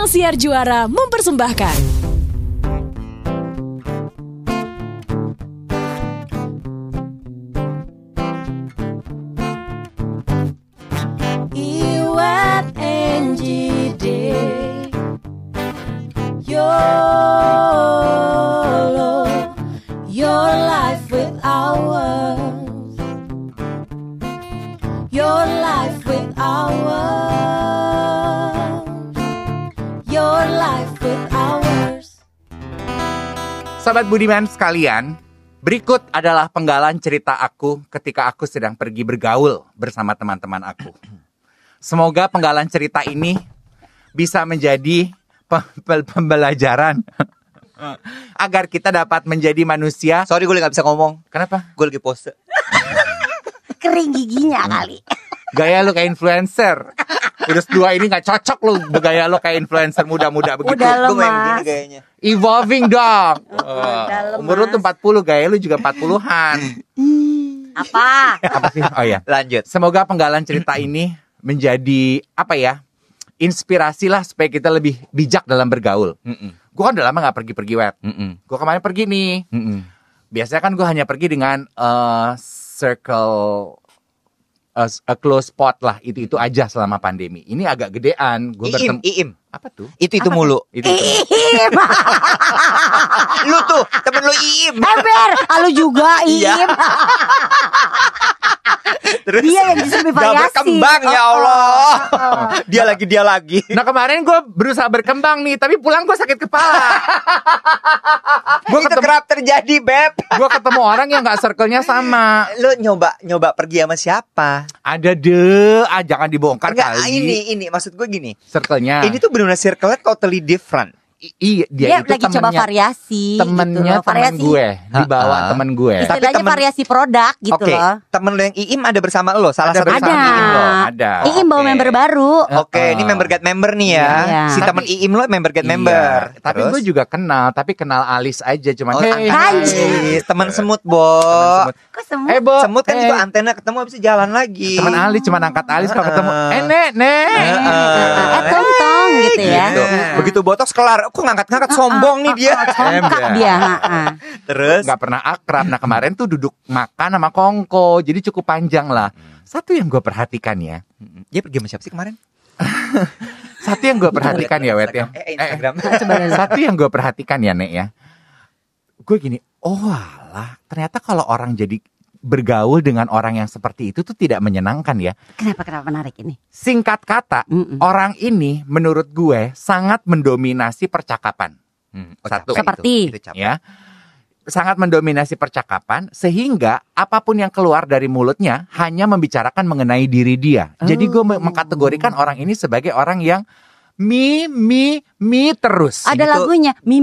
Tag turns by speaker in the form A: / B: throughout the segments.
A: Indosiar Juara mempersembahkan Iwat NGD YOLO, your life with ours, your life with ours, your life with ours.
B: Sobat Budiman sekalian, berikut adalah penggalan cerita aku ketika aku sedang pergi bergaul bersama teman-teman aku. Semoga penggalan cerita ini bisa menjadi pembelajaran agar kita dapat menjadi manusia.
C: Sorry gue gak bisa ngomong.
B: Kenapa?
C: Gue lagi pose.
D: Kering giginya kali.
B: Gaya lu kayak influencer. Udah dua ini gak cocok lu gaya lu kayak influencer muda-muda begitu.
D: Udah
C: Gue main
D: lemas.
C: begini gayanya.
B: Evolving dong.
D: Udah
B: Umur lu tuh 40, gaya lu juga 40-an.
D: Apa?
B: Apa sih? Oh iya.
C: Lanjut.
B: Semoga penggalan cerita ini menjadi apa ya? Inspirasi lah supaya kita lebih bijak dalam bergaul. Gue kan udah lama gak pergi-pergi wet. Gue kemarin pergi nih. Biasanya kan gue hanya pergi dengan circle, a close spot lah. Itu aja selama pandemi. Ini agak gedean. Gue
C: Iim.
B: Apa tuh?
C: Itu mulu.
B: Itu.
C: Lu tuh temen lu Iim.
D: Ember, lu juga
C: Iya.
D: Im.
C: Terus
D: Dia yang justru
C: gak
D: variasi.
C: berkembang ya Allah. Dia lagi.
B: Nah kemarin gue berusaha berkembang nih, tapi pulang gue sakit kepala.
C: Itu kerap terjadi, Beb.
B: Gue ketemu orang yang gak circle-nya sama.
C: Lu nyoba pergi sama siapa?
B: Ada deh, jangan dibongkar
C: Enggak,
B: kali.
C: ini maksud gue gini.
B: Circle-nya.
C: Ini tuh benar-benar circle-nya totally different.
B: Iya,
D: Dia
B: itu
D: lagi coba variasi.
B: temennya
D: gitu loh.
B: temen
D: Variasi.
B: gue, dibawa temen gue.
C: Tapi
D: Istilahnya
C: temen-
D: variasi produk gitu
C: Oke,
D: loh.
C: temen lu yang Iim ada bersama lo, salah
B: Ada
C: satu
B: bersama
C: sama Iim lo.
B: Ada.
D: Iim bawa
C: Oke.
D: member baru.
C: Oke, ini member get member nih ya.
D: Iya.
C: Si temen Iim lo member get member.
B: Iya, tapi gue juga kenal, tapi kenal alis aja cuman.
C: Oh,
B: Hey,
D: Anjir.
C: teman semut, Bo.
B: Temen semut.
D: Kok semua?
B: Bo,
C: Semut kan juga antena ketemu habis itu jalan lagi.
B: temen alis cuman angkat alis kalau ketemu. Nek.
D: Tong gitu ya.
C: Gitu. Begitu botox kelar, kok ngangkat-ngangkat sombong nih dia.
D: Congkak dia.
C: Terus
B: Nggak pernah akrab. Nah kemarin tuh duduk makan sama Kongko, jadi cukup panjang lah. Satu yang gue perhatikan ya.
C: dia pergi sama siapa sih kemarin?
B: Satu yang gue perhatikan ya Wet ya.
C: Instagram.
B: Satu yang gue perhatikan ya Nek ya. Gue gini, oh alah, ternyata kalau orang jadi bergaul dengan orang yang seperti itu tuh tidak menyenangkan ya.
D: Kenapa menarik ini?
B: Singkat kata, orang ini menurut gue sangat mendominasi percakapan. Satu.
D: Seperti?
C: Itu capek.
B: Ya. Sangat mendominasi percakapan sehingga apapun yang keluar dari mulutnya hanya membicarakan mengenai diri dia. Jadi gue mengkategorikan orang ini sebagai orang yang mi terus.
D: Ada
C: Itu-
D: lagunya mi.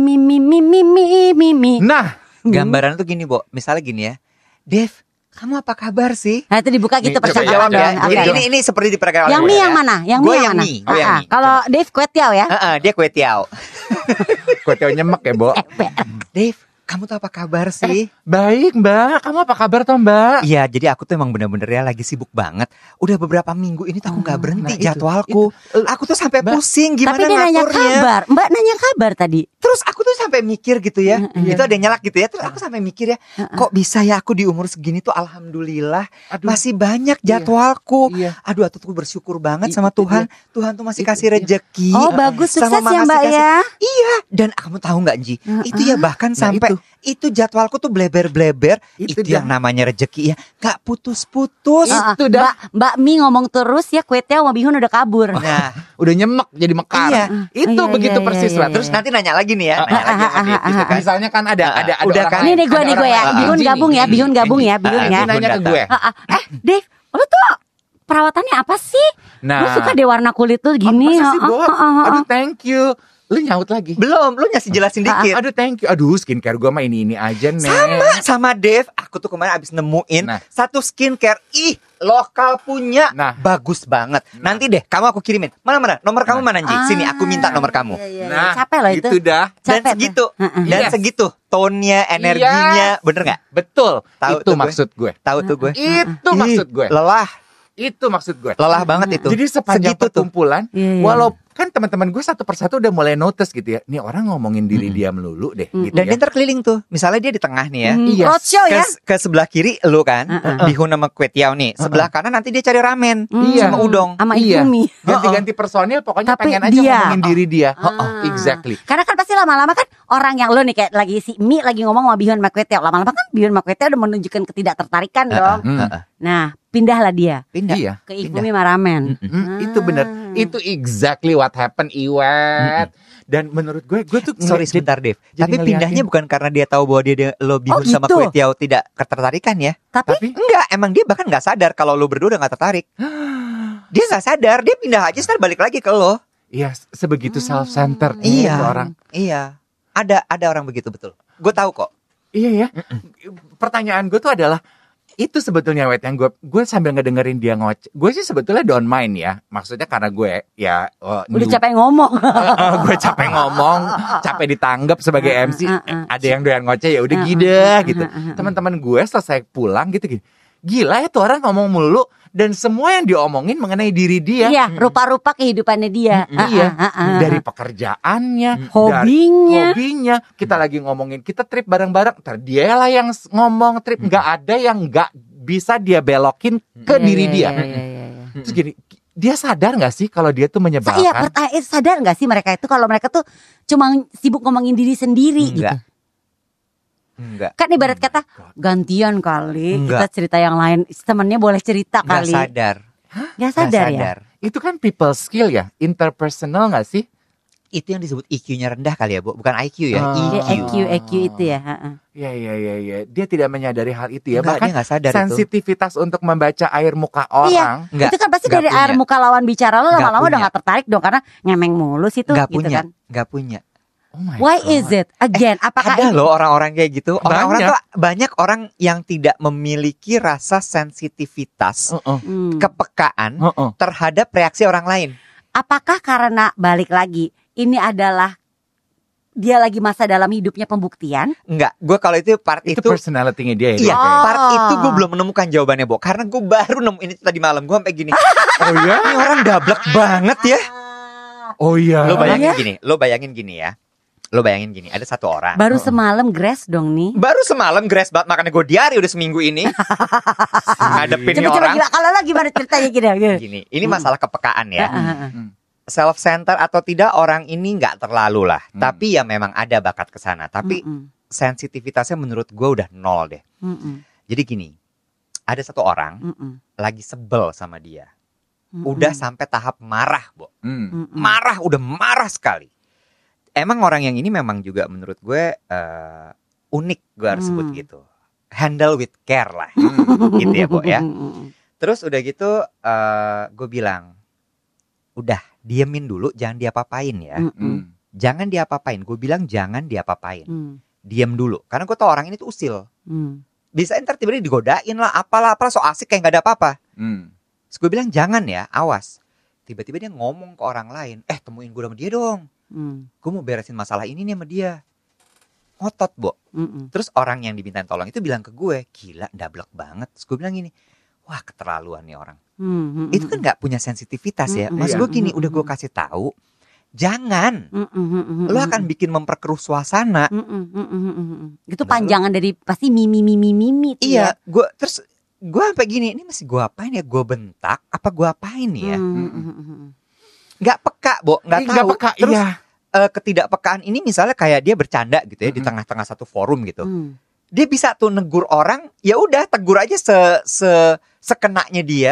B: Nah,
C: Gambaran tuh gini, Bo. Misalnya gini ya. Dev, kamu apa kabar sih?
D: Nah itu dibuka gitu
B: Nih, coba
D: percakapan
B: jawab ya.
D: dong. Oke.
C: Ini seperti di perkenalan.
D: Yang
C: gue
D: mi
C: ya.
D: yang mana? Yang mi
C: Gue
D: yang
C: yang
D: mana?
C: mi, gue yang mi.
D: Kalau Dave Kue Tiao ya.
C: Dia kue tiaw.
B: gue tau nyemek ya, Bo.
C: Dev, kamu tuh apa kabar sih?
B: Baik, Mbak. Kamu apa kabar toh, Mbak?
C: Iya, jadi aku tuh emang bener-bener ya lagi sibuk banget. Udah beberapa minggu ini tuh aku gak berhenti
B: nah itu,
C: jadwalku. Aku tuh sampai
B: Mbak,
C: pusing gimana
D: Tapi dia nanya
C: ngaturnya.
D: kabar. Mbak nanya kabar tadi.
C: Terus aku tuh sampai mikir gitu ya. Itu ada yang nyelak gitu ya. Terus aku sampai mikir ya, kok bisa ya aku di umur segini tuh alhamdulillah
B: Aduh.
C: masih banyak jadwalku.
B: Iya.
C: Aduh, aku tuh bersyukur banget sama
B: Itu
C: Tuhan.
B: dia.
C: Tuhan tuh masih
B: Itu
C: kasih
B: dia.
C: rejeki.
D: Oh bagus
C: Sama
D: sukses ya
C: makasih
D: Mbak
C: kasih-
D: ya.
C: Iya, dan kamu tahu nggak Ji? Itu ya bahkan
B: Nah,
C: sampai itu jadwalku tuh bleber-bleber.
B: Itu
C: Itu
B: dia.
C: yang namanya rejeki ya, nggak putus-putus.
B: Itu dah.
D: Mbak Mi ngomong terus ya Kue Tiao sama Bihun udah kabur.
C: Nah,
B: Udah nyemek jadi mekar.
C: Iya.
B: Itu
D: Iya,
B: begitu
D: iya,
B: persis,
D: iya,
B: Mbak.
D: iya.
B: Terus
C: nanti nanya lagi nih ya, nanya lagi sama dia, gitu kan.
B: misalnya kan ada
C: Udah
B: orang
C: kan?
B: lain.
D: Nih gue
B: Ada
D: ya.
B: orang
D: Bihun
B: lain.
D: gabung ya. Bihun gabung ya. Bihun
B: Ini
D: ya.
B: nanya ke gue.
D: Dave, lu tuh perawatannya apa sih?
B: Nah.
D: Lu suka deh warna kulit tuh
B: Oh,
D: gini.
B: masa sih, Bo?
D: Heeh.
B: Aduh, thank you. Lu nyaut lagi.
C: Belum, lu ngasih jelasin dikit.
B: Aduh, thank you. Aduh, skincare gue mah ini aja, Nek.
C: Sama Dev, aku tuh kemarin abis nemuin
B: Nah.
C: satu skincare, lokal punya,
B: Nah.
C: bagus banget. Nanti deh, kamu aku kirimin. Mana? Nomor kamu mana Ji? Sini, aku minta nomor kamu.
D: Iya.
B: Nah,
D: Capek loh itu.
B: itu dah.
C: Dan
D: Capek
C: segitu,
D: tuh.
C: dan
B: Yes.
C: segitu, tone-nya, energinya,
B: Yes.
C: bener nggak?
B: Betul.
C: Tahu
B: Itu
C: tuh gue.
B: maksud gue.
C: Tahu tuh gue.
B: Itu
C: Ih,
B: maksud gue.
C: Lelah.
B: Itu maksud gue.
C: Lelah banget itu.
B: Jadi sepanjang
C: Segitu tuh.
B: perkumpulan,
D: Iya, iya.
B: walau kan teman-teman gue satu persatu udah mulai notice gitu ya. Nih orang ngomongin diri dia melulu deh. Gitu
C: Dan
B: ya.
C: dia terkeliling tuh. Misalnya dia di tengah nih ya.
B: Iya.
D: Roadshow ya.
C: Ke sebelah kiri lu kan, bihun sama kue tiaw nih. Sebelah kanan nanti dia cari ramen
B: Iya.
C: sama udang.
D: Sama
B: Iya.
D: Ifumi.
B: Ganti-ganti personil, pokoknya
D: Tapi
B: pengen aja
D: dia.
B: ngomongin diri dia.
D: Ah.
B: Exactly.
D: Karena kan pasti lama-lama kan orang yang lo nih kayak lagi si Mi lagi ngomong sama Bihun sama Kue Tiaw. Lama-lama kan Bihun sama Kue Tiaw udah menunjukkan ketidaktertarikan dong. Nah, pindahlah dia
C: Pindah.
B: Iya.
D: ke Ifumi sama ramen.
B: Itu benar. Itu exactly what happened, Iwet. Dan menurut gue tuh
C: Sorry sebentar Dev.
B: jadi
C: Tapi
B: ngeliatin.
C: pindahnya bukan karena dia tahu bahwa dia lo bihun sama
D: gitu?
C: kue tiaw tidak ketertarikan ya.
D: Tapi
C: Enggak, emang dia bahkan nggak sadar kalau lo berdua udah nggak tertarik. Dia nggak sadar, dia pindah aja ntar balik lagi ke lo.
B: Iya, sebegitu self-centered
C: Iya.
B: itu orang.
C: Iya. Ada orang begitu betul. Gue tahu kok.
B: Iya ya. Pertanyaan gue tuh adalah itu sebetulnya Wet yang gue sambil ngedengerin dia ngoceh. Gue sih sebetulnya don't mind ya. Maksudnya karena gue ya
D: udah capek ngomong.
B: gue capek ngomong, capek ditanggap sebagai MC. Ada yang doyan ngoceh ya udah gila gitu. Teman-teman gue selesai pulang gitu gini. Gila ya tuh orang ngomong mulu dan semua yang diomongin mengenai diri dia.
D: Iya, rupa-rupa kehidupannya dia.
B: Iya, dari pekerjaannya,
D: Hobinya.
B: dari hobinya. Kita lagi ngomongin kita trip bareng-bareng, ntar dia lah yang ngomong trip. Nggak ada yang nggak bisa dia belokin ke diri dia.
D: Iya.
B: Terus gini, dia sadar nggak sih kalau dia tuh menyebalkan?
D: Iya, sadar nggak sih mereka itu kalau mereka tuh cuma sibuk ngomongin diri sendiri gitu.
C: Enggak.
D: Kan ibarat kata gantian kali
C: Enggak.
D: kita cerita yang lain, temennya boleh cerita
C: Nggak
D: kali.
C: sadar.
D: Nggak sadar ya.
B: Itu kan people skill ya, interpersonal nggak sih?
C: Itu yang disebut IQ-nya rendah kali ya, Bu. Bukan IQ ya,
D: Dia
C: IQ.
D: EQ itu ya.
B: Iya. Dia tidak menyadari hal itu ya.
C: Enggak,
B: Bahkan
C: dia nggak sadar itu.
B: sensitivitas untuk membaca air muka
D: Iya.
B: orang.
C: Nggak,
D: Itu kan pasti
C: nggak
D: dari
C: punya.
D: air muka lawan bicara lo
C: Nggak
D: lama-lama udah
C: punya.
D: nggak tertarik dong karena ngemeng mulu sih tuh
C: Nggak
D: gitu
C: punya,
D: kan.
C: nggak punya.
B: Oh my
D: Why
B: God.
D: is it? Again, apakah
C: Ada loh orang-orang kayak gitu. Orang-orang
B: Banyak.
C: tuh banyak orang yang tidak memiliki rasa sensitivitas, kepekaan terhadap reaksi orang lain.
D: apakah karena balik lagi ini adalah dia lagi masa dalam hidupnya pembuktian?
C: Enggak, gue kalau itu part
B: Itu
C: itu
B: personality-nya dia ya.
C: iya,
B: Kak?
C: part itu gue belum menemukan jawabannya, Bo. Karena gue baru nemuin itu tadi malam. Gue sampai gini.
B: Oh iya?
C: Ini orang dablek banget ya.
B: Oh iya.
C: Lo bayangin gini ya. Lo bayangin gini, ada satu orang.
D: Baru semalam Grace dong nih.
C: Baru semalam Grace banget, makanya gue diari udah seminggu ini. Ngadepin nih
D: Coba
C: orang.
D: gila, kalau lo gimana ceritanya gini?
C: Gini, ini masalah kepekaan ya.
B: Hmm.
C: Self-center atau tidak orang ini nggak terlalu lah. Tapi ya memang ada bakat ke sana. Tapi sensitivitasnya menurut gue udah nol deh. Jadi gini, ada satu orang lagi sebel sama dia. Udah sampai tahap marah, Bo. Marah, udah marah sekali. Emang orang yang ini memang juga menurut gue unik, gue harus sebut gitu. Handle with care lah, gitu ya, Bo ya. Terus udah gitu gue bilang, udah diemin dulu, jangan diapa-apain ya. Jangan diapa-apain, gue bilang jangan diapa-apain. Diem dulu, karena gue tau orang ini tuh usil. Bisa ntar tiba-tiba digodain lah, apalah so asik kayak gak ada apa-apa. Terus gue bilang jangan ya, awas. Tiba-tiba dia ngomong ke orang lain, temuin gue sama dia dong. Gue mau beresin masalah ini nih sama dia. Ngotot, Bo. Terus orang yang dimintain tolong itu bilang ke gue, gila dablek banget. Terus gue bilang gini, wah keterlaluan nih orang. Itu kan gak punya sensitivitas ya. Maksud gue gini, udah gue kasih tahu, jangan. Lo akan bikin memperkeruh suasana.
D: Itu panjangan dari pasti mimi itu
C: Iya,
D: ya.
C: gue sampai gini, ini masih gue apain ya? Gue bentak, apa gue apain ya? Gak peka, Bo, gak tahu.
B: Nggak peka,
C: Terus
B: iya.
C: ketidakpekaan ini misalnya kayak dia bercanda gitu ya di tengah-tengah satu forum gitu. Dia bisa tuh negur orang, ya udah tegur aja sekenaknya dia,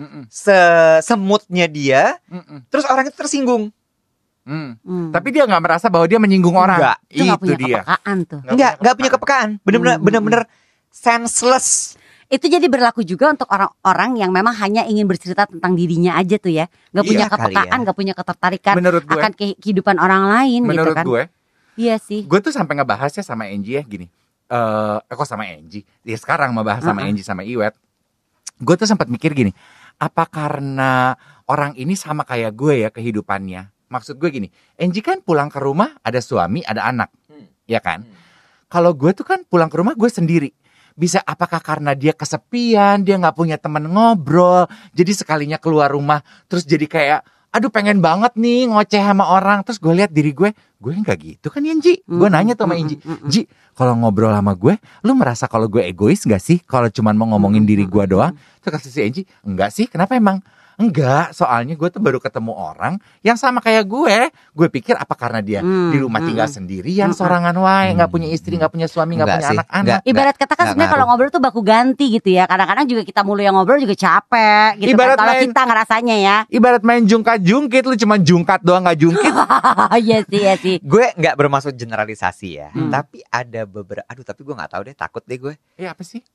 C: semutnya dia, terus orang itu tersinggung.
B: Tapi dia nggak merasa bahwa dia menyinggung orang.
C: Enggak.
D: Itu nggak
B: Itu
D: punya
B: dia.
D: kepekaan tuh.
C: Nggak punya kepekaan, bener-bener senseless.
D: Itu jadi berlaku juga untuk orang-orang yang memang hanya ingin bercerita tentang dirinya aja tuh ya. Gak punya
C: Iya kali
D: kepekaan,
C: ya.
D: gak punya ketertarikan
B: Menurut gue.
D: akan kehidupan orang lain
B: Menurut
D: gitu kan.
B: gue,
D: Iya sih.
B: gue tuh sampai ngebahasnya sama Angie ya gini. Kok sama Angie? Ya sekarang mau bahas sama Angie sama Iwet. Gue tuh sempat mikir gini, apa karena orang ini sama kayak gue ya kehidupannya? Maksud gue gini, Angie kan pulang ke rumah ada suami, ada anak, ya kan? Kalau gue tuh kan pulang ke rumah gue sendiri. Bisa apakah karena dia kesepian, dia nggak punya teman ngobrol, jadi sekalinya keluar rumah terus jadi kayak aduh pengen banget nih ngoceh sama orang. Terus gue lihat diri gue nggak gitu kan ya Ji. Gue nanya tuh sama Inji, Ji kalau ngobrol sama gue, lu merasa kalau gue egois gak sih? Kalau cuman mau ngomongin diri gue doang? Terus kata si Inji, enggak sih, kenapa emang? Enggak, soalnya gue tuh baru ketemu orang yang sama kayak gue. Gue pikir apa karena dia di rumah tinggal sendirian, sorangan wae, nggak punya istri, nggak punya suami, nggak punya anak-anak.
D: Ibarat kata kan sebenarnya kalau ngobrol tuh baku ganti gitu ya. Kadang-kadang juga kita mulu yang ngobrol juga capek gitu
B: Ibarat
D: kan. Kalau
B: main-
D: kita ngerasanya ya.
B: Ibarat main jungkat-jungkit, lu cuma jungkat doang nggak jungkit.
D: Iya sih.
C: Gue nggak bermaksud generalisasi ya, tapi ada beberapa. Aduh, tapi gue nggak tahu deh, takut deh gue.
B: Apa sih?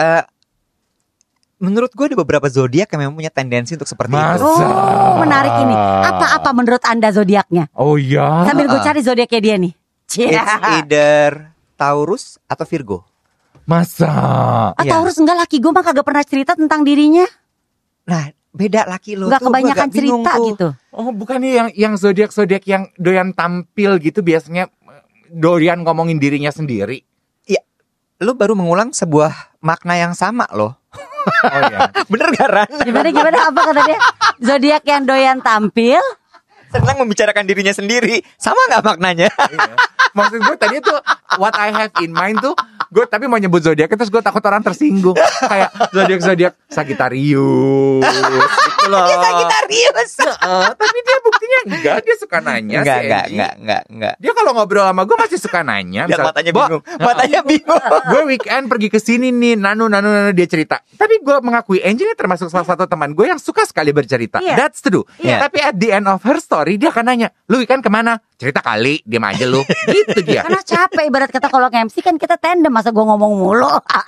C: Menurut gue ada beberapa zodiak yang memang punya tendensi untuk seperti itu.
D: Oh, menarik ini. Apa menurut Anda zodiaknya?
B: Oh iya.
D: Sambil gue cari zodiaknya dia nih.
C: It's either Taurus atau Virgo.
B: Masa?
C: Iya.
D: Taurus enggak, laki gue mah kagak pernah cerita tentang dirinya.
C: Nah, beda laki lo
D: Enggak
C: tuh. Gua
D: kebanyakan
C: agak bingung
D: cerita
C: tuh.
D: gitu.
B: Oh bukannya yang zodiak yang doyan tampil gitu biasanya doyan ngomongin dirinya sendiri.
C: Lu baru mengulang sebuah makna yang sama loh.
B: Oh iya.
C: Bener gak Ran?
D: Gimana apa kata dia? Zodiak yang doyan tampil.
C: Senang membicarakan dirinya sendiri. Sama gak maknanya?
B: Iya. Maksud gue tadi tuh what I have in mind tuh gue tapi mau nyebut zodiak terus gue takut orang tersinggung. Kayak zodiak Sagittarius gitu loh.
C: Sagittarius.
B: Tapi dia buktinya enggak, dia suka nanya si Angie.
C: Enggak.
B: Dia kalau ngobrol sama gue masih suka nanya.
C: Lihat
B: Misal,
C: matanya
B: "Bo,
C: bingung. Matanya bingung.
B: gue weekend pergi ke sini nih, nanu dia cerita. Tapi gue mengakui Angie ini termasuk salah satu teman gue yang suka sekali bercerita.
D: Iya.
B: That's true.
C: Iya.
B: Tapi at the end of her story dia akan nanya, lu weekend kemana? Cerita kali, diam aja lu. Gitu dia.
D: Karena capek, ibarat kata kalau nge-MC kan kita tandem, masa gue ngomong mulu.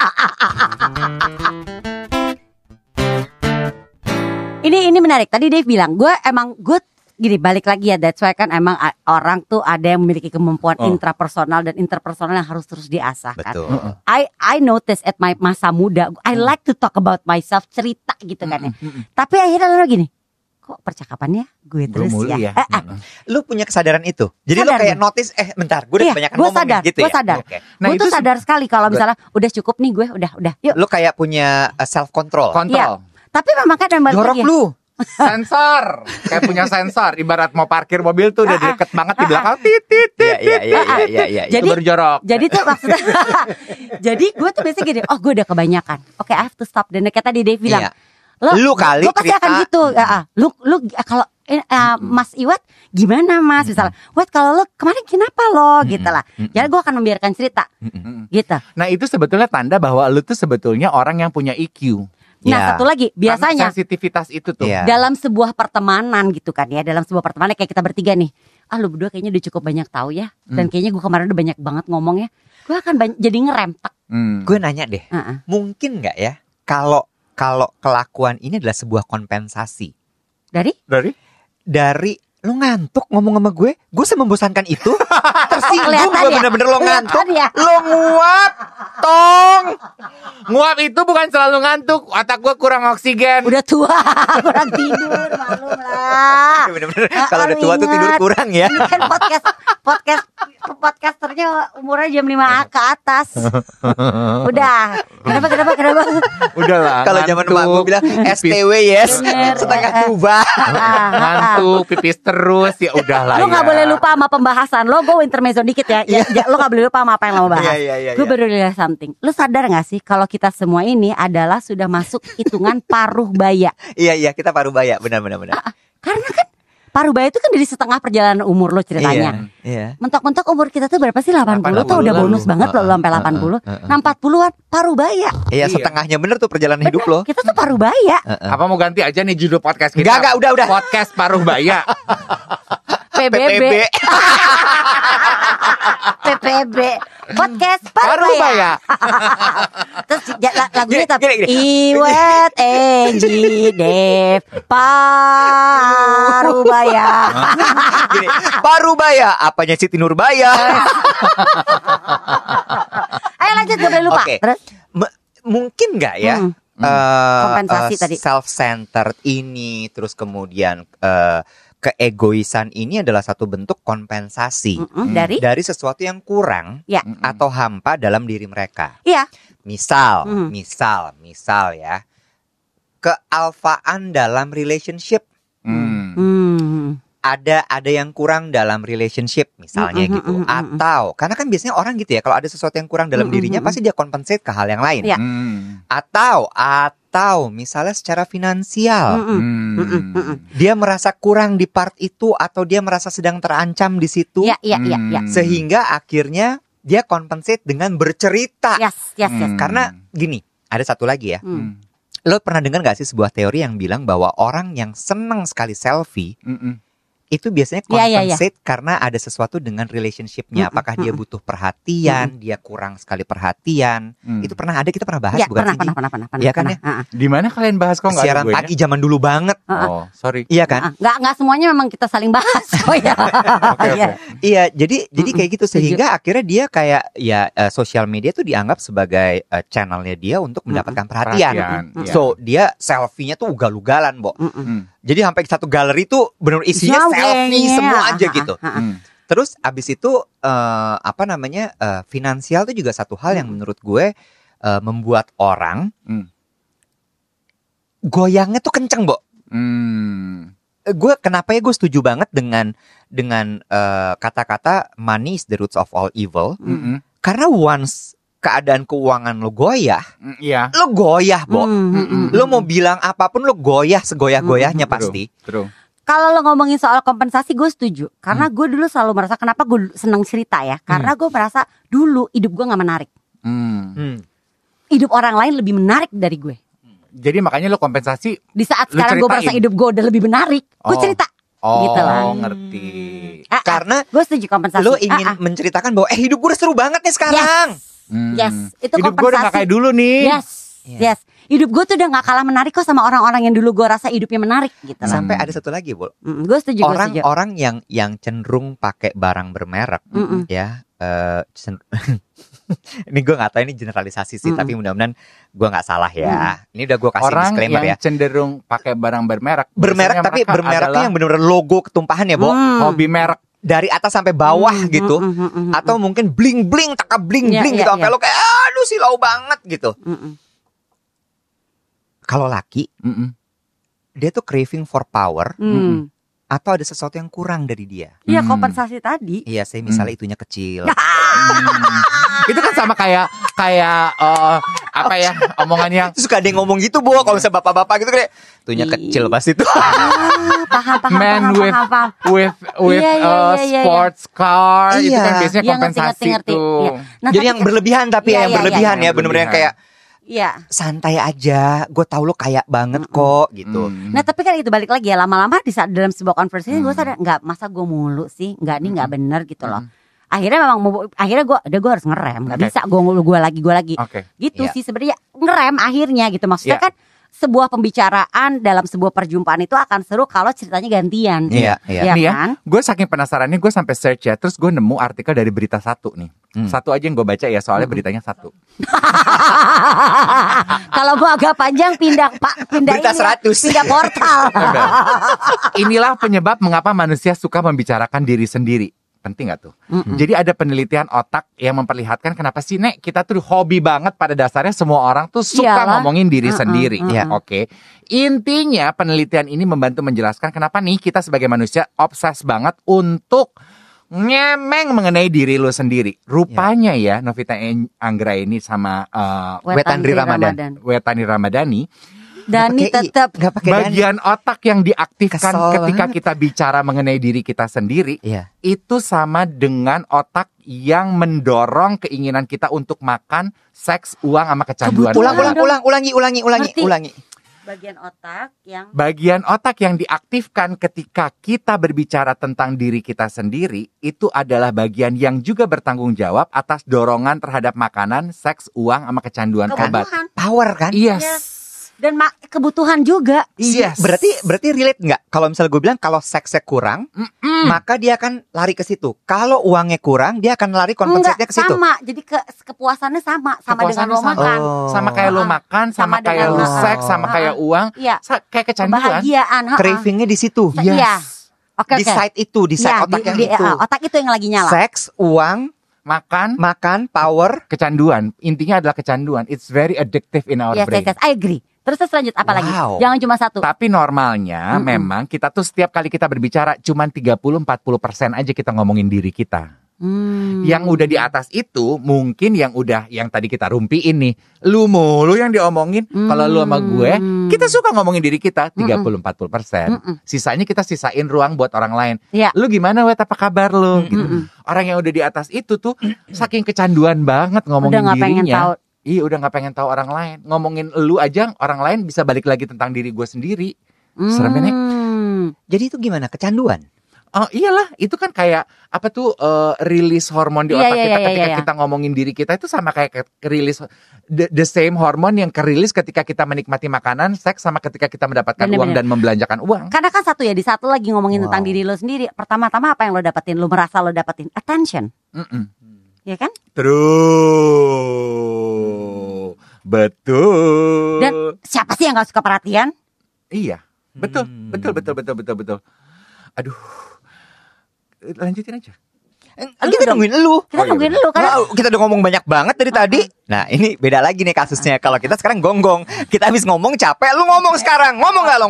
D: Ini menarik. Tadi Dave bilang, gue gini, balik lagi ya, that's why kan emang orang tuh ada yang memiliki kemampuan intrapersonal dan interpersonal yang harus terus diasah kan.
C: Betul.
D: I notice at my masa muda, I like to talk about myself, cerita gitu kan ya. Tapi akhirnya lo gini, kok percakapannya gue terus
B: mulu
D: ya.
B: ya.
C: Lu punya kesadaran itu. Jadi
D: Sadar
C: lu kayak
D: gue.
C: notice bentar, gue udah kebanyakan
D: gue
C: ngomong
D: sadar,
C: nih, gitu
D: gue
C: ya.
D: sadar.
C: Oke.
B: Nah,
D: Gue tuh
B: itu
D: sadar sekali kalau misalnya udah cukup nih gue, udah, yuk.
C: Lu kayak punya self control.
B: Kontrol.
D: Tapi memang kan balik
C: Jorok
D: lagi ya.
C: lu.
B: Sensor. Kayak punya sensor. Ibarat mau parkir mobil tuh udah deket banget di belakang. Tit.
C: Iya.
D: Jadi-
B: Itu baru jorok.
D: Jadi tuh maksudnya jadi gue tuh biasanya gini, oh gue udah kebanyakan. Oke, I have to stop. Dan kayak tadi Dave bilang,
C: Iya. Lu kali
D: lo pasti
C: cerita.
D: akan gitu. Lu kalau Mas Iwat gimana Mas? Misalnya, Wat kalau lo kemarin kenapa lo? Gitu lah. Jadi gue akan membiarkan cerita. Gitu.
B: Nah itu sebetulnya tanda bahwa lu tuh sebetulnya orang yang punya EQ.
D: Nah
C: Ya.
D: satu lagi,
B: Karena
D: biasanya
B: sensitivitas itu tuh.
C: Iya.
D: dalam sebuah pertemanan gitu kan ya, dalam sebuah pertemanan kayak kita bertiga nih, lu berdua kayaknya udah cukup banyak tahu ya, dan kayaknya gue kemarin udah banyak banget ngomongnya, gue akan jadi ngerem tak.
C: Gue nanya deh,
D: Heeh.
C: mungkin nggak ya kalau kelakuan ini adalah sebuah kompensasi dari lu ngantuk ngomong sama gue semembosankan itu, tersinggung
D: Kelihatan
C: gue
D: ya?
C: bener-bener lo ngantuk,
D: Kelihatan ya?
C: lo nguap, tong.
B: Nguap itu bukan selalu ngantuk. Otak gue kurang oksigen.
D: Udah tua, kurang tidur, malum lah.
C: Bener-bener kalau udah tua tuh
D: Ingat.
C: tidur kurang ya.
D: Ini kan podcasternya umurnya jam 5 ke atas. Udah. Kenapa?
B: Udah lah.
C: Kalau zaman emak gue bilang STW yes,
D: Bener.
C: setengah tuba.
B: ngantuk, pipis terus, ya udahlah.
D: Lo nggak
B: ya.
D: boleh lupa sama pembahasan lo. Gue intermezzo dikit ya. Lo nggak boleh lupa sama apa yang lo bahas.
C: Iya.
D: Gue baru lihat something. Lo sadar nggak sih kalau kita semua ini adalah sudah masuk hitungan paruh baya?
C: Iya, kita parubaya, benar.
D: Karena kan paruh baya itu kan dari setengah perjalanan umur lo ceritanya.
C: Iya.
D: Mentok-mentok umur kita tuh berapa sih? 80 tuh udah
B: 80
D: bonus
B: lalu.
D: banget lo sampai 80. Nah 40-an paruh baya.
C: Iya,
B: Iya.
C: setengahnya bener tuh perjalanan hidup lo.
D: Kita tuh paruh baya.
B: Apa mau ganti aja nih judul podcast kita?
C: Enggak, udah.
B: Podcast Paruh Baya.
D: PBB. PPB. Podcast
B: Paruh
D: paruh
B: Baya.
D: baya. Terus lagunya tapi
C: Gini.
D: Iwet, Angie, Dev, paruh baya.
C: Gini, parubaya, apanya Siti Nurbaya?
D: Ayo lanjut, gak boleh lupa.
C: Oke.
D: Terus
C: Mungkin nggak ya?
D: Kompensasi tadi.
C: Self-centered ini, terus kemudian keegoisan ini adalah satu bentuk kompensasi
D: dari
C: dari sesuatu yang kurang
D: ya.
C: atau hampa dalam diri mereka.
D: Iya.
C: misal ya, kealfaan dalam relationship. Ada yang kurang dalam relationship misalnya gitu. Atau karena kan biasanya orang gitu ya, kalau ada sesuatu yang kurang dalam dirinya pasti dia compensate ke hal yang lain.
D: Iya.
C: Atau misalnya secara finansial. Dia merasa kurang di part itu atau dia merasa sedang terancam di situ.
D: Iya.
C: Sehingga akhirnya dia compensate dengan bercerita.
D: Yes.
C: Karena gini, ada satu lagi ya. Lo pernah dengar gak sih sebuah teori yang bilang bahwa orang yang senang sekali selfie itu biasanya compensate karena ada sesuatu dengan relationship-nya. Apakah dia butuh perhatian, dia kurang sekali perhatian. Itu kita pernah bahas, bukan sih?
D: Pernah.
C: Iya kan ya?
B: Di mana kalian bahas kok nggak ada
C: Siaran
B: gue
C: pagi zaman dulu banget.
B: Oh, sorry.
C: Iya kan?
D: Nggak semuanya memang kita saling bahas kok ya.
B: Oke.
C: Iya, jadi kayak gitu sehingga akhirnya dia kayak ya sosial media tuh dianggap sebagai channelnya dia untuk mendapatkan perhatian. So dia selfie-nya tuh ugal-ugalan, Bo. Jadi sampai satu galeri tuh benar isinya selfie semua aja gitu. Terus abis itu finansial tuh juga satu hal yang menurut gue membuat orang goyangnya tuh kenceng, Bo. Kenapa gue setuju banget dengan kata-kata money is the roots of all evil. Karena once keadaan keuangan lo goyah, lo goyah, Bo. Lo mau bilang apapun lo goyah segoyah-goyahnya pasti.
B: True.
D: Kalau lo ngomongin soal kompensasi, gue setuju. Karena gue dulu selalu merasa, kenapa gue seneng cerita ya? Karena gue merasa dulu hidup gue gak menarik. Hidup orang lain lebih menarik dari gue.
B: Jadi makanya lo kompensasi.
D: Di saat sekarang gue merasa hidup gue udah lebih menarik, gue cerita. Gitu lah.
B: Ngerti.
C: Karena
D: gue setuju kompensasi.
C: Lo ingin menceritakan bahwa hidup gue udah seru banget nih sekarang.
D: Yes, itu
B: hidup
D: kompensasi.
B: Gue udah gak kayak dulu nih.
D: Yes. Hidup gue tuh udah gak kalah menarik kok sama orang-orang yang dulu gue rasa hidupnya menarik gitu lah.
C: Sampai ada satu lagi, Bu.
D: Gue setuju.
C: Orang yang cenderung pakai barang bermerek, ya. Ini gue gak tahu ini generalisasi sih, tapi mudah-mudahan gue gak salah ya. Ini udah gue kasih disclaimer ya.
B: Orang yang cenderung pakai barang bermerek.
C: Tapi bermereknya yang bener-bener logo ketumpahan ya, Bo.
B: Hobi merek.
C: Dari atas sampai bawah gitu. Atau mungkin bling-bling, taka bling-bling gitu. Sampai lo kayak aduh silau banget gitu. Kalau laki, dia tuh craving for power. Atau ada sesuatu yang kurang dari dia.
D: Iya, kompensasi tadi.
C: Iya, saya misalnya itunya kecil.
B: Itu kan sama kayak apa ya omongannya.
C: Suka ada yang ngomong gitu, Bu. Kalau misalnya bapak-bapak gitu kayak itunya kecil pasti tuh.
D: Paham.
B: with sports car itu kan biasanya kompensasi tuh.
D: Nah,
C: jadi yang berlebihan tapi yang berlebihan ya benar-benar kayak santai aja, gue tahu lo kayak banget kok gitu.
D: Nah tapi kan itu balik lagi ya, lama-lama di saat dalam sebuah conversation gue sadar nggak, masa gue mulu sih, nggak nih nggak bener gitu loh. Akhirnya gue harus ngerem, nggak bisa gue lagi gitu sih sebenarnya, ngerem akhirnya gitu. Maksudnya kan sebuah pembicaraan dalam sebuah perjumpaan itu akan seru kalau ceritanya gantian.
C: Iya
D: kan?
B: Gue saking penasarannya gue sampai search ya, terus gue nemu artikel dari Berita Satu nih. Satu aja yang gue baca ya, soalnya beritanya satu.
D: Kalau gue agak panjang pindah
C: Berita 100.
D: Pindah portal.
B: Inilah penyebab mengapa manusia suka membicarakan diri sendiri. Penting gak tuh? Jadi ada penelitian otak yang memperlihatkan kenapa sih Nek kita tuh hobi banget pada dasarnya semua orang tuh suka ngomongin diri sendiri. Oke. Intinya penelitian ini membantu menjelaskan kenapa nih kita sebagai manusia obses banget untuk ngemeng mengenai diri lo sendiri. Rupanya ya Novita Anggra ini sama Wetani Ramadhani
D: Dani tetap
B: bagian otak yang diaktifkan ketika kita bicara mengenai diri kita sendiri itu sama dengan otak yang mendorong keinginan kita untuk makan, seks, uang sama kecanduan.
C: Ulangi.
B: Bagian otak yang diaktifkan ketika kita berbicara tentang diri kita sendiri itu adalah bagian yang juga bertanggung jawab atas dorongan terhadap makanan, seks, uang sama kecanduan obat.
C: Power kan?
B: Yes.
D: Dan kebutuhan juga.
B: Yes.
C: Berarti relate nggak? Kalau misalnya gue bilang kalau seksnya kurang, maka dia akan lari ke situ. Kalau uangnya kurang, dia akan lari kompensasinya ke situ.
D: Sama, jadi kepuasannya sama dengan lo makan.
B: Sama kayak lo makan, sama kayak lo seks, sama kayak uang, kayak kecanduan.
D: Kebahagiaan.
C: Cravingnya di situ.
D: Yes.
C: Di side itu, di side otak yang itu.
D: Otak itu yang lagi nyala.
C: Seks, uang, Makan, power,
B: kecanduan. Intinya adalah kecanduan. It's very addictive in our brain.
D: Yes, I agree. Terus lanjut apa lagi? Jangan cuma satu.
B: Tapi normalnya memang kita tuh setiap kali kita berbicara cuman 30-40% aja kita ngomongin diri kita. Yang udah di atas itu mungkin yang tadi kita rumpiin nih, lu mulu yang diomongin. Kalau lu sama gue, kita suka ngomongin diri kita 30-40%. Sisanya kita sisain ruang buat orang lain. Lu gimana wet, apa kabar lu? Gitu. Orang yang udah di atas itu tuh saking kecanduan banget ngomongin dirinya. Iya, udah gak pengen tahu orang lain. Ngomongin lu aja, orang lain bisa balik lagi tentang diri gue sendiri. Serem nih.
C: Jadi itu gimana? Kecanduan?
B: Oh iyalah, itu kan kayak apa tuh rilis hormon di otak kita ketika kita ngomongin diri kita itu sama kayak rilis the same hormon yang kerilis ketika kita menikmati makanan, seks, sama ketika kita mendapatkan uang dan membelanjakan uang.
D: Karena kan satu ya, di satu lagi ngomongin tentang diri lo sendiri. Pertama-tama apa yang lo dapetin? Lo merasa lo dapetin attention. Ya kan?
B: True. Betul.
D: Dan siapa sih yang gak suka perhatian?
B: Iya, betul. Aduh. Lanjutin aja.
C: Kita nungguin lu.
D: Karena
C: kita udah ngomong banyak banget dari tadi. Nah, ini beda lagi nih kasusnya. Kalau kita sekarang gonggong, kita habis ngomong capek, lu ngomong sekarang. Ngomong gak lo?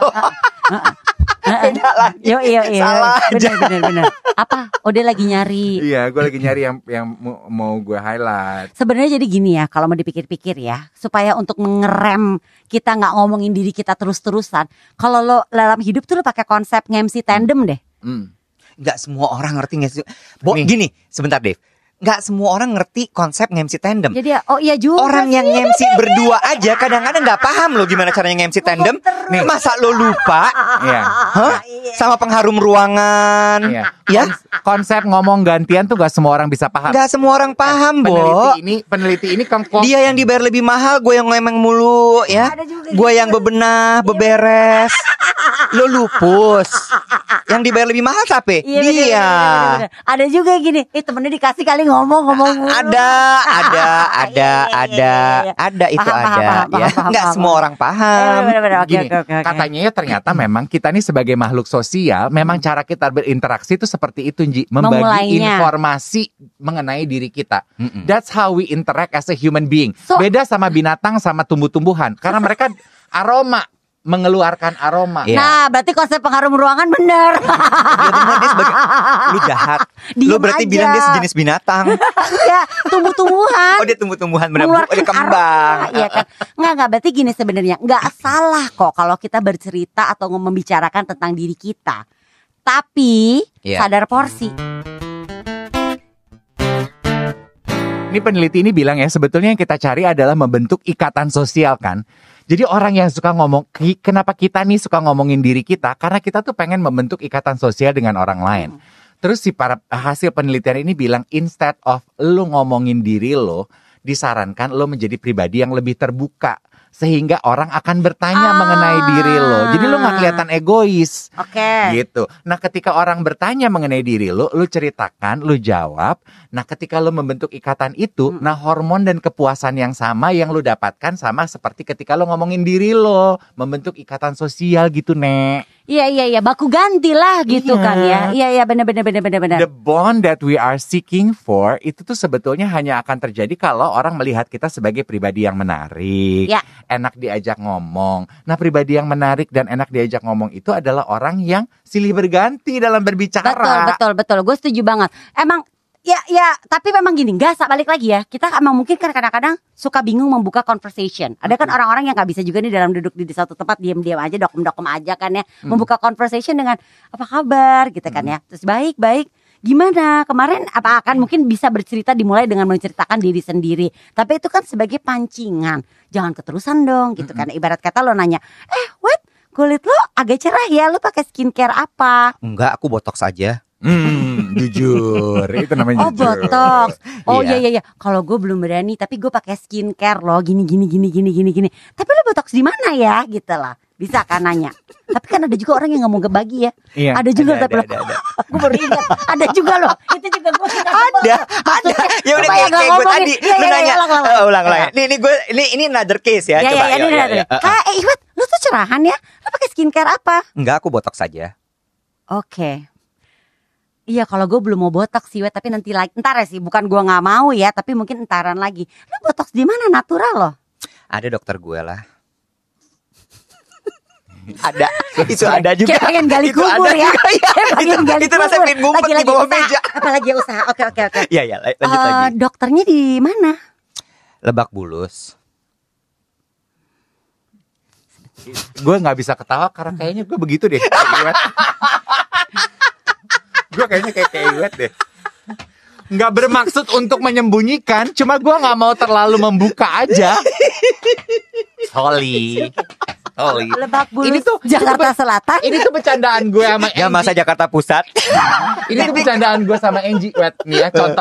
C: Beda lagi.
D: Iya.
C: Salah aja.
D: Bener. Apa? Dia lagi nyari.
B: Iya, gue lagi nyari yang mau gue highlight.
D: Sebenarnya jadi gini ya, kalau mau dipikir-pikir ya, supaya untuk ngerem kita nggak ngomongin diri kita terus-terusan. Kalau lo dalam hidup tuh lo pakai konsep nge-MC tandem deh.
C: Nggak semua orang ngerti nge-MC. Gini, sebentar Dave. Nggak semua orang ngerti konsep nge-MC tandem.
D: Jadi iya juga.
C: Orang yang nge-MC berdua aja kadang-kadang nggak paham loh gimana caranya nge-MC tandem. Nih, masa lo lupa?
B: Iya.
C: Hah? Sama pengharum ruangan.
B: Iya.
C: Ya?
B: Konsep ngomong gantian tuh nggak semua orang bisa paham.
C: Nggak semua orang paham, Bo.
B: Peneliti ini
C: dia yang dibayar lebih mahal, gue yang ngemeng mulu, ya. Gue yang bebenah, beberes. Lo lupus. Yang dibayar lebih mahal siapa?
D: Iya,
C: dia.
D: Bener. Ada juga gini, temennya dikasih kali ngomong mulu.
C: Ada itu
D: paham,
C: ya. Nggak semua orang paham.
D: Bener.
B: Gini,
D: Oke.
B: katanya ya ternyata memang kita nih sebagai makhluk sosial, memang cara kita berinteraksi itu seperti itu, Nji. Membagi informasi mengenai diri kita. That's how we interact as a human being. Beda sama binatang sama tumbuh-tumbuhan. Karena mereka mengeluarkan aroma.
D: Nah, berarti konsep pengharum ruangan bener.
C: Dia bener, dia sebagai lu jahat. Lu berarti aja. Bilang dia sejenis binatang.
D: Ya, tumbuh-tumbuhan.
C: Dia tumbuh-tumbuhan bener, dia kembang.
D: Iya kan. Nggak berarti gini sebenarnya. Nggak salah kok kalau kita bercerita atau membicarakan tentang diri kita. Tapi sadar porsi.
B: Ini peneliti ini bilang ya, sebetulnya yang kita cari adalah membentuk ikatan sosial kan. Jadi orang yang suka ngomong, kenapa kita nih suka ngomongin diri kita? Karena kita tuh pengen membentuk ikatan sosial dengan orang lain. Terus hasil penelitian ini bilang, instead of lo ngomongin diri lo, disarankan lo menjadi pribadi yang lebih terbuka. Sehingga orang akan bertanya mengenai diri lo. Jadi lo gak kelihatan egois. Gitu. Nah ketika orang bertanya mengenai diri lo ceritakan, lo jawab. Nah ketika lo membentuk ikatan itu, nah hormon dan kepuasan yang sama yang lo dapatkan sama seperti ketika lo ngomongin diri lo. Membentuk ikatan sosial gitu, Nek.
D: Iya, baku ganti lah gitu kan ya. Iya, benar.
B: The bond that we are seeking for itu tuh sebetulnya hanya akan terjadi kalau orang melihat kita sebagai pribadi yang menarik, enak diajak ngomong. Nah, pribadi yang menarik dan enak diajak ngomong itu adalah orang yang silih berganti dalam berbicara.
D: Betul. Gue setuju banget. Emang Ya, tapi memang gini, balik lagi ya. Kita emang mungkin kan kadang-kadang suka bingung membuka conversation. Ada kan orang-orang yang gak bisa juga nih dalam duduk di satu tempat diam-diam aja, dokem-dokem aja kan ya. Membuka conversation dengan apa kabar gitu kan ya. Terus baik. Gimana kemarin apa akan mungkin bisa bercerita dimulai dengan menceritakan diri sendiri. Tapi itu kan sebagai pancingan. Jangan keterusan dong gitu kan. Ibarat kata lo nanya, what? Kulit lo agak cerah ya, lo pakai skincare apa?
C: Enggak, aku botox aja.
B: Jujur, itu namanya jujur.
D: Botox. Iya. Kalau gue belum berani, tapi gue pakai skincare loh, gini. Tapi lo botox di mana ya, gitu lah. Bisa kan nanya. Tapi kan ada juga orang yang nggak mau ngebagi ya.
B: Iya,
D: ada juga tapi lo. Gue baru ingat. Ada juga loh. Itu juga gue
C: ada. Ya udah kayak gue tadi. Lu nanya. Ulang. Ini another case ya. Coba.
D: Iya. Iwat, lo tuh cerahan ya. Lo pakai skincare apa?
C: Enggak, aku botox saja.
D: Oke. Iya, kalau gue belum mau botox sih, tapi nanti lagi. Ntar ya sih, bukan gue nggak mau ya, tapi mungkin entaran lagi. Lu botox di mana natural loh?
C: Ada dokter gue lah. Ada, itu ada juga.
D: Kayak pengen gali
C: Itu
D: kubur
C: ada
D: ya.
C: juga, ya.
D: Kayak pengen gali
C: Itu rasanya pengen ngumpet di bawah
D: usaha.
C: meja.
D: Apalagi usaha. Oke.
C: Iya, lanjut lagi.
D: Dokternya di mana?
C: Lebak Bulus.
B: Gue nggak bisa ketawa karena kayaknya gue begitu deh. Gue kayaknya kayak Iwet deh. Nggak bermaksud untuk menyembunyikan, cuma gue nggak mau terlalu membuka aja. Sorry.
D: Lebak Bulus,
B: Ini tuh
D: Jakarta Selatan.
B: Ini tuh bercandaan gue sama
C: Ya masa Jakarta Pusat.
B: Ini tuh bercandaan gue sama Angie. Wait, nih ya contoh.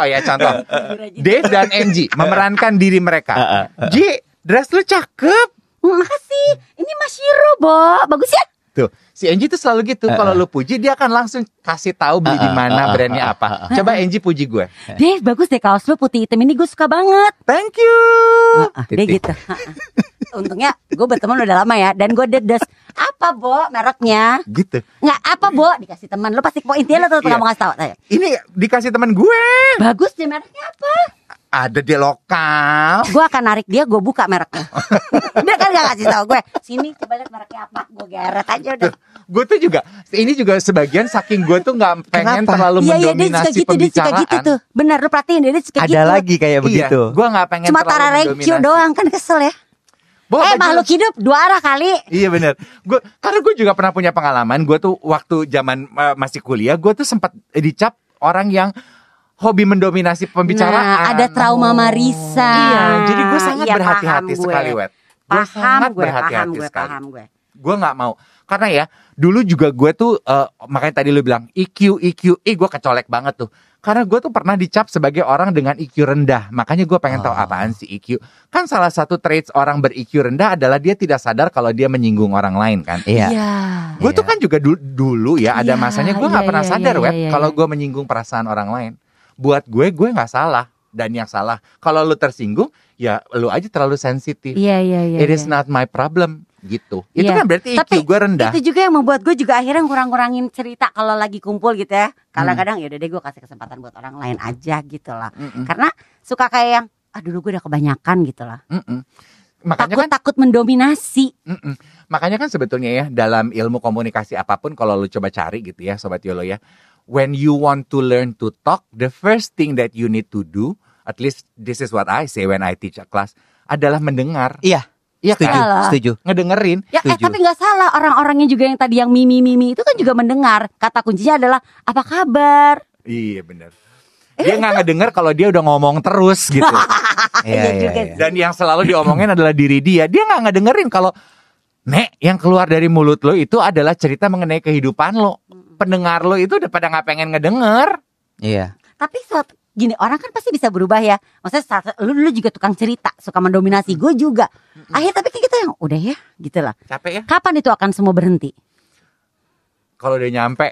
B: Dave dan Angie memerankan diri mereka. Ji, dress lu cakep.
D: Makasih. Ini Mas Shiro, Bo. Bagus ya?
B: Tuh, si Angie tuh selalu gitu. Kalau lu puji, dia akan langsung kasih tahu beli di mana, brandnya apa. Coba Angie puji gue.
D: Deh, bagus deh kaos lu putih hitam ini, gue suka banget.
B: Thank you.
D: Dia gitu. Untungnya gue berteman udah lama ya. Dan gue dedes. Apa, Bo, mereknya?
B: Gitu.
D: Nggak apa, Bo, dikasih teman. Lu pasti intinya lu tuh nggak mau ngasih tau saya.
B: Ini dikasih teman gue.
D: Bagus deh, mereknya apa?
B: Ada di lokal.
D: Gue akan narik dia, gue buka mereknya. Dia kan gak kasih tau gue. Sini coba lihat mereknya apa. Gue geret aja udah.
B: Gue tuh juga, ini juga sebagian saking gue tuh nggak pengen terlalu
D: Iya, dia suka
B: mendominasi
D: gitu, dia suka
B: pembicaraan.
D: gitu tuh. Benar, lu perhatiin dia suka gitu.
C: Ada lagi kayak begitu.
B: Iya, gue nggak pengen
D: Cuma
B: terlalu
D: Tara Renkyu
B: mendominasi.
D: doang, kan kesel ya.
B: Bo, baju-
D: Makhluk hidup dua arah kali.
B: Iya benar. Karena gue juga pernah punya pengalaman. Gue tuh waktu zaman masih kuliah, gue tuh sempat dicap orang yang hobi mendominasi pembicaraan.
D: Nah, ada trauma Marisa.
B: Iya, jadi gue sangat
D: Iya,
B: berhati-hati
D: paham gue.
B: sekali, Wet. Gue
D: Paham
B: sangat
D: gue,
B: berhati-hati sekali.
D: paham gue.
B: Gue nggak mau. Karena ya, dulu juga gue tuh, makanya tadi lu bilang EQ, gue kecolek banget tuh. Karena gue tuh pernah dicap sebagai orang dengan EQ rendah. Makanya gue pengen tahu apaan sih EQ. Kan salah satu traits orang ber-EQ rendah adalah dia tidak sadar kalau dia menyinggung orang lain kan.
C: Iya.
B: Gue tuh kan juga dulu ya ada
D: Iya,
B: masanya gue nggak
D: iya,
B: pernah
D: iya,
B: sadar,
D: iya,
B: Wet,
D: iya,
B: kalau
D: iya.
B: gue menyinggung perasaan orang lain. Buat gue nggak salah. Dan yang salah, kalau lu tersinggung, ya lu aja terlalu sensitif.
D: Iya.
B: It is not my problem, gitu. Itu
D: Iya.
B: kan berarti EQ
D: Tapi
B: gue rendah.
D: Itu juga yang membuat gue juga akhirnya ngurang-ngurangin cerita kalau lagi kumpul gitu ya. Kadang-kadang ya udah deh gue kasih kesempatan buat orang lain aja gitu lah. Karena suka kayak yang dulu gue udah kebanyakan gitu lah.
B: Makanya
D: Takut mendominasi.
B: Makanya kan sebetulnya ya dalam ilmu komunikasi apapun kalau lu coba cari gitu ya Sobat Yolo ya. When you want to learn to talk, the first thing that you need to do, at least this is what I say when I teach a class, adalah mendengar.
C: Iya.
B: Iya
C: Setuju,
B: kan?
C: setuju.
B: Ngedengerin.
D: Ya
C: Setuju.
D: tapi gak salah, orang-orangnya juga yang tadi yang mimi itu kan juga mendengar. Kata kuncinya adalah apa kabar.
B: Iya benar. Dia nggak ngedengar kalau dia udah ngomong terus gitu.
D: Iya juga sih.
B: Dan yang selalu diomongin adalah diri dia. Dia nggak ngedengerin kalau Nek, yang keluar dari mulut lo itu adalah cerita mengenai kehidupan lo. Pendengar lo itu udah pada nggak pengen ngedenger.
C: Iya.
D: Tapi gini, orang kan pasti bisa berubah ya. Maksudnya lu juga tukang cerita, suka mendominasi. Gue juga. Akhirnya tapi kayak kita yang udah ya gitu lah.
B: Capek ya?
D: Kapan itu akan semua berhenti?
B: Kalau udah nyampe.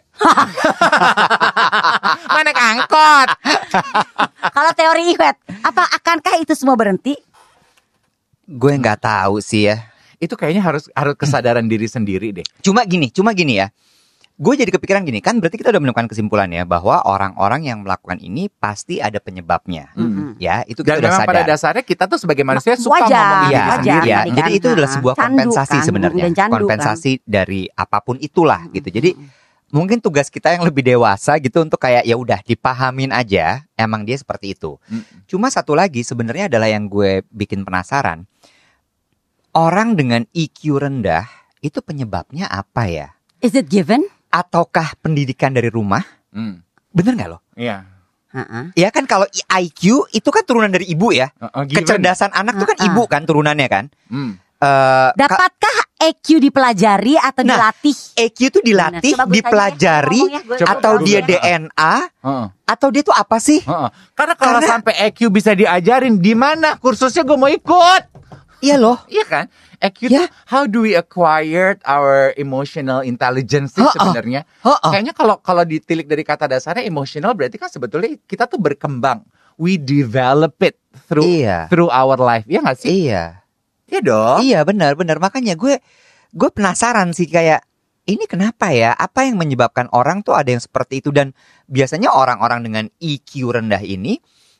B: Mana angkot?
D: Kalau teori Iwet, akankah itu semua berhenti?
C: Gue nggak tahu sih ya.
B: Itu kayaknya harus kesadaran diri sendiri deh.
C: Cuma gini ya. Gue jadi kepikiran gini, kan berarti kita udah menemukan kesimpulan ya bahwa orang-orang yang melakukan ini pasti ada penyebabnya. Ya, itu kita
B: Dan
C: udah
B: memang
C: sadar.
B: pada dasarnya kita tuh sebagai manusia suka
D: Wajar,
B: ngomong diri
C: Iya,
D: wajar.
B: sendiri.
C: iya.
D: tadi
C: Jadi
D: kan.
C: itu adalah sebuah
D: Candu
C: kompensasi
D: kan,
C: sebenarnya.
D: dan candu
C: Kompensasi dari apapun itulah gitu. Jadi mungkin tugas kita yang lebih dewasa gitu untuk kayak ya udah dipahamin aja, emang dia seperti itu. Cuma satu lagi sebenarnya adalah yang gue bikin penasaran. Orang dengan EQ rendah itu penyebabnya apa ya?
D: Is it given?
C: Ataukah pendidikan dari rumah? Bener nggak lo?
B: Iya.
C: Ya kan kalau IQ itu kan turunan dari ibu ya.
B: Given.
C: Kecerdasan anak tuh kan ibu kan turunannya kan.
D: Dapatkah EQ dipelajari atau dilatih?
C: EQ itu dilatih,
D: Benar. Coba gue
C: dipelajari,
D: tanya ya, ngomong ya, gue
C: atau
D: tahu
C: dia
D: ya.
C: DNA, atau dia tuh apa sih?
B: Karena kalau sampai EQ bisa diajarin, di mana kursusnya gue mau ikut?
C: Iya loh.
B: Iya kan? EQ
C: Ya.
B: tuh how do we acquire our emotional intelligence sih sebenarnya? Kayaknya kalau ditilik dari kata dasarnya emotional berarti kan sebetulnya kita tuh berkembang. We develop it through our life. Iya nggak sih?
C: Iya.
B: Iya dong.
C: Iya benar. Makanya gue penasaran sih kayak ini kenapa ya? Apa yang menyebabkan orang tuh ada yang seperti itu? Dan biasanya orang-orang dengan EQ rendah ini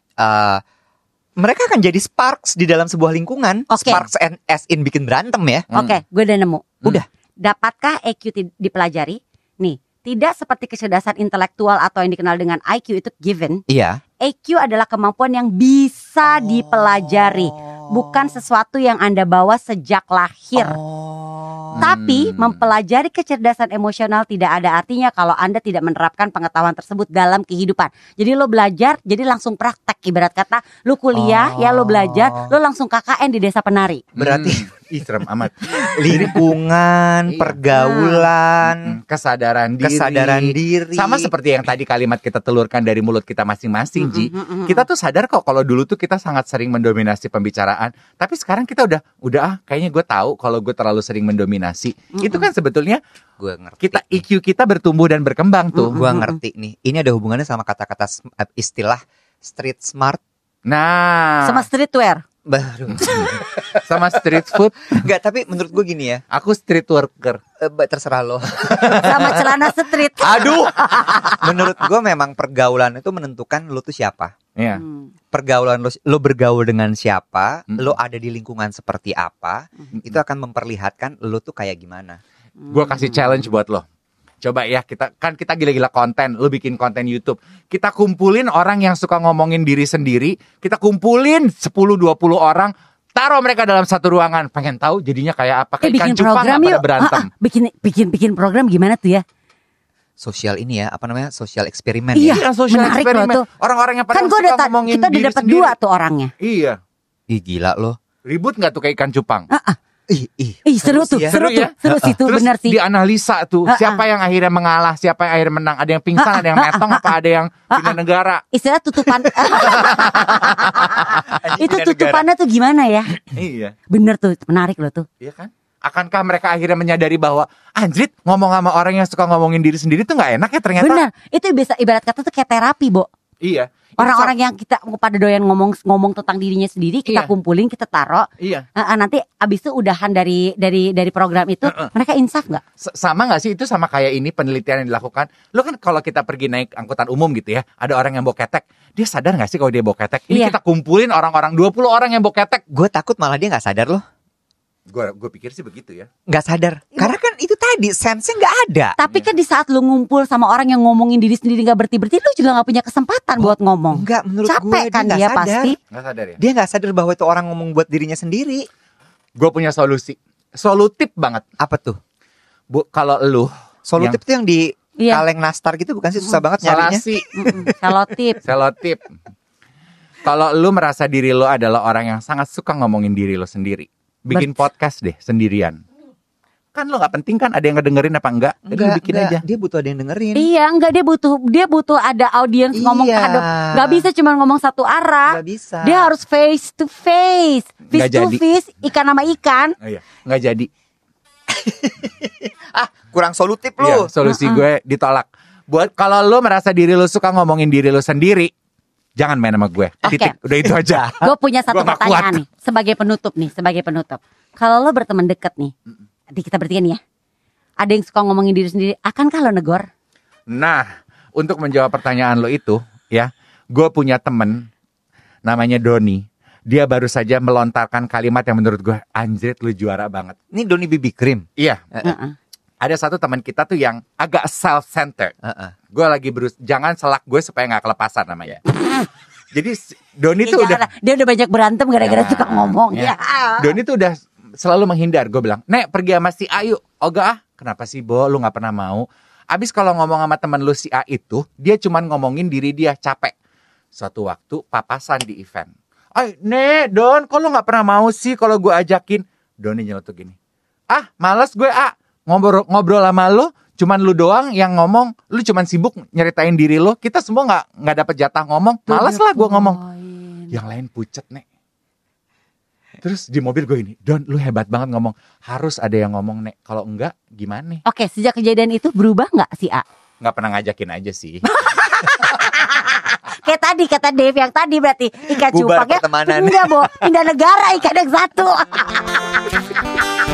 C: mereka akan jadi sparks di dalam sebuah lingkungan. Sparks as in bikin berantem ya.
D: Oke, gue udah nemu.
C: Udah.
D: Dapatkah EQ dipelajari? Nih, tidak seperti kecerdasan intelektual atau yang dikenal dengan IQ itu given.
C: Iya.
D: EQ adalah kemampuan yang bisa dipelajari, bukan sesuatu yang Anda bawa sejak lahir. Tapi mempelajari kecerdasan emosional tidak ada artinya kalau Anda tidak menerapkan pengetahuan tersebut dalam kehidupan. Jadi lo belajar, jadi langsung praktek. Ibarat kata lo kuliah, ya lo belajar, lo langsung KKN di desa penari.
C: Berarti
B: Ih, serem amat.
C: lingkungan, pergaulan,
B: kesadaran diri. Sama seperti yang tadi kalimat kita telurkan dari mulut kita masing-masing, Ji. Kita tuh sadar kok kalau dulu tuh kita sangat sering mendominasi pembicaraan. Tapi sekarang kita udah kayaknya gue tahu kalau gue terlalu sering mendominasi. Itu kan sebetulnya
C: gue ngerti.
B: EQ kita bertumbuh dan berkembang tuh.
C: Gue ngerti nih. Ini ada hubungannya sama kata-kata istilah street smart.
B: Nah,
D: Sama streetwear.
C: Baru.
B: sama street food.
C: Enggak, tapi menurut gue gini ya.
B: Aku street worker.
C: Terserah lo.
D: Sama celana street.
B: Aduh.
C: Menurut gue memang pergaulan itu menentukan lo tuh siapa.
B: Iya.
C: Pergaulan lo bergaul dengan siapa, lo ada di lingkungan seperti apa, itu akan memperlihatkan lo tuh kayak gimana.
B: Gue kasih challenge buat lo. Coba ya, kita gila-gila konten. Lo bikin konten YouTube. Kita kumpulin orang yang suka ngomongin diri sendiri. Kita kumpulin 10-20 orang. Taruh mereka dalam satu ruangan. Pengen tahu jadinya kayak apa. Kayak ikan cupang gak pada berantem.
D: Bikin program gimana tuh ya?
C: Sosial ini ya, apa namanya? Sosial eksperimen
D: Iya,
C: ya.
B: Social
D: menarik
B: eksperimen.
D: loh tuh.
B: Orang-orang yang pada
D: Kan
B: suka ngomongin
D: kita udah
B: diri
D: dapat
B: sendiri.
D: 2 tuh orangnya.
B: Iya.
C: Ih gila lo.
B: Ribut gak tuh kayak ikan cupang?
C: Ih
D: Seru tuh,
C: ya.
D: seru tuh, seru sih tuh,
B: Terus
D: benar sih.
B: dianalisa tuh, siapa yang akhirnya mengalah, siapa yang akhirnya menang. Ada yang pingsan, ada yang metong, apa ada yang pindah negara.
D: Istilah tutupan. Itu tutupannya tuh gimana ya?
B: Iya.
D: Bener tuh, menarik loh tuh.
B: Iya kan? Akankah mereka akhirnya menyadari bahwa anjrit, ngomong sama orang yang suka ngomongin diri sendiri tuh gak enak ya ternyata.
D: Bener, itu bisa ibarat kata tuh kayak terapi, Bo.
B: Iya.
D: Orang-orang yang kita pada doyan ngomong tentang dirinya sendiri, kita kumpulin, kita taruh.
B: Iya.
D: Nanti abis itu udahan dari program itu, mereka insaf nggak?
B: Sama nggak sih itu sama kayak ini penelitian yang dilakukan? Lo kan kalau kita pergi naik angkutan umum gitu ya, ada orang yang bawa ketek, dia sadar nggak sih kalau dia bawa ketek? Ini kita kumpulin orang-orang 20 orang yang bawa ketek.
C: Gue takut malah dia nggak sadar loh.
B: Gue pikir sih begitu ya.
C: Nggak sadar. Karena kan itu tadi sense-nya nggak ada.
D: Tapi kan di saat lu ngumpul sama orang yang ngomongin diri sendiri nggak berhenti-berhenti, lu juga nggak punya kesempatan buat ngomong.
C: Enggak, menurut gue
D: capek kan dia
C: sadar.
D: pasti.
B: Nggak sadar ya?
C: Dia nggak sadar bahwa itu orang ngomong buat dirinya sendiri.
B: Gue punya solusi. Solutif banget.
C: Apa tuh?
B: Bu, kalau lu
C: Solutif tuh yang di kaleng nastar gitu bukan sih? Susah banget nyarinya.
B: Selotip. Kalau lu merasa diri lu adalah orang yang sangat suka ngomongin diri lu sendiri, bikin podcast deh sendirian. Kan lo gak penting kan ada yang ngedengerin apa enggak? Jadi lu bikin aja.
C: Dia butuh ada yang dengerin.
D: Iya, enggak, dia butuh ada audiens ngomong hadap. Gak bisa cuma ngomong satu arah.
C: Gak bisa.
D: Dia harus face to face. Face to
B: jadi.
D: face, ikan sama ikan.
B: Oh, iya. Nggak jadi.
C: Kurang solutif
B: Iya,
C: lu.
B: solusi gue ditolak. Buat kalau lo merasa diri lo suka ngomongin diri lo sendiri, jangan main sama gue. Titik. Udah itu aja.
D: Gue punya satu
B: Gua nggak
D: pertanyaan
B: kuat.
D: nih, sebagai penutup. Kalau lo berteman deket nih, kita bertiga nih ya, ada yang suka ngomongin diri sendiri, akankah lo negor?
B: Nah, untuk menjawab pertanyaan lo itu, ya, gue punya temen namanya Doni. Dia baru saja melontarkan kalimat yang menurut gue, anjrit lu juara banget.
C: Ini Doni BB Cream.
B: Iya. Ada satu teman kita tuh yang agak self-centered. Gue lagi jangan selak gue supaya nggak kelepasan namanya. Jadi Doni tuh udah,
D: dia udah banyak berantem gara-gara suka ngomong. Ya.
B: Doni tuh udah selalu menghindar. Gue bilang, Nek pergi sama si Ayu. Oga, kenapa sih Bo, lu gak pernah mau? Abis kalau ngomong sama temen lu si A itu, dia cuman ngomongin diri dia capek. Suatu waktu papasan di event. Ay, Nek, Don, kok lu gak pernah mau sih kalau gue ajakin? Doni nyelotok gini. Ah, males gue ngobrol sama lu, cuman lu doang yang ngomong. Lu cuman sibuk nyeritain diri lu. Kita semua gak dapet jatah ngomong. Males lah gue ngomong. Yang lain pucet, Nek. Terus di mobil gue ini, Don, lu hebat banget ngomong. Harus ada yang ngomong, Nek. Kalau enggak, gimana?
D: Oke, sejak kejadian itu berubah nggak si A?
B: Nggak pernah ngajakin aja sih.
D: Kayak tadi kata Dave yang tadi berarti ikan
C: Bubar
D: cupang ya.
C: pertemanan.
D: Enggak, Bo. Pindah negara ikan yang satu.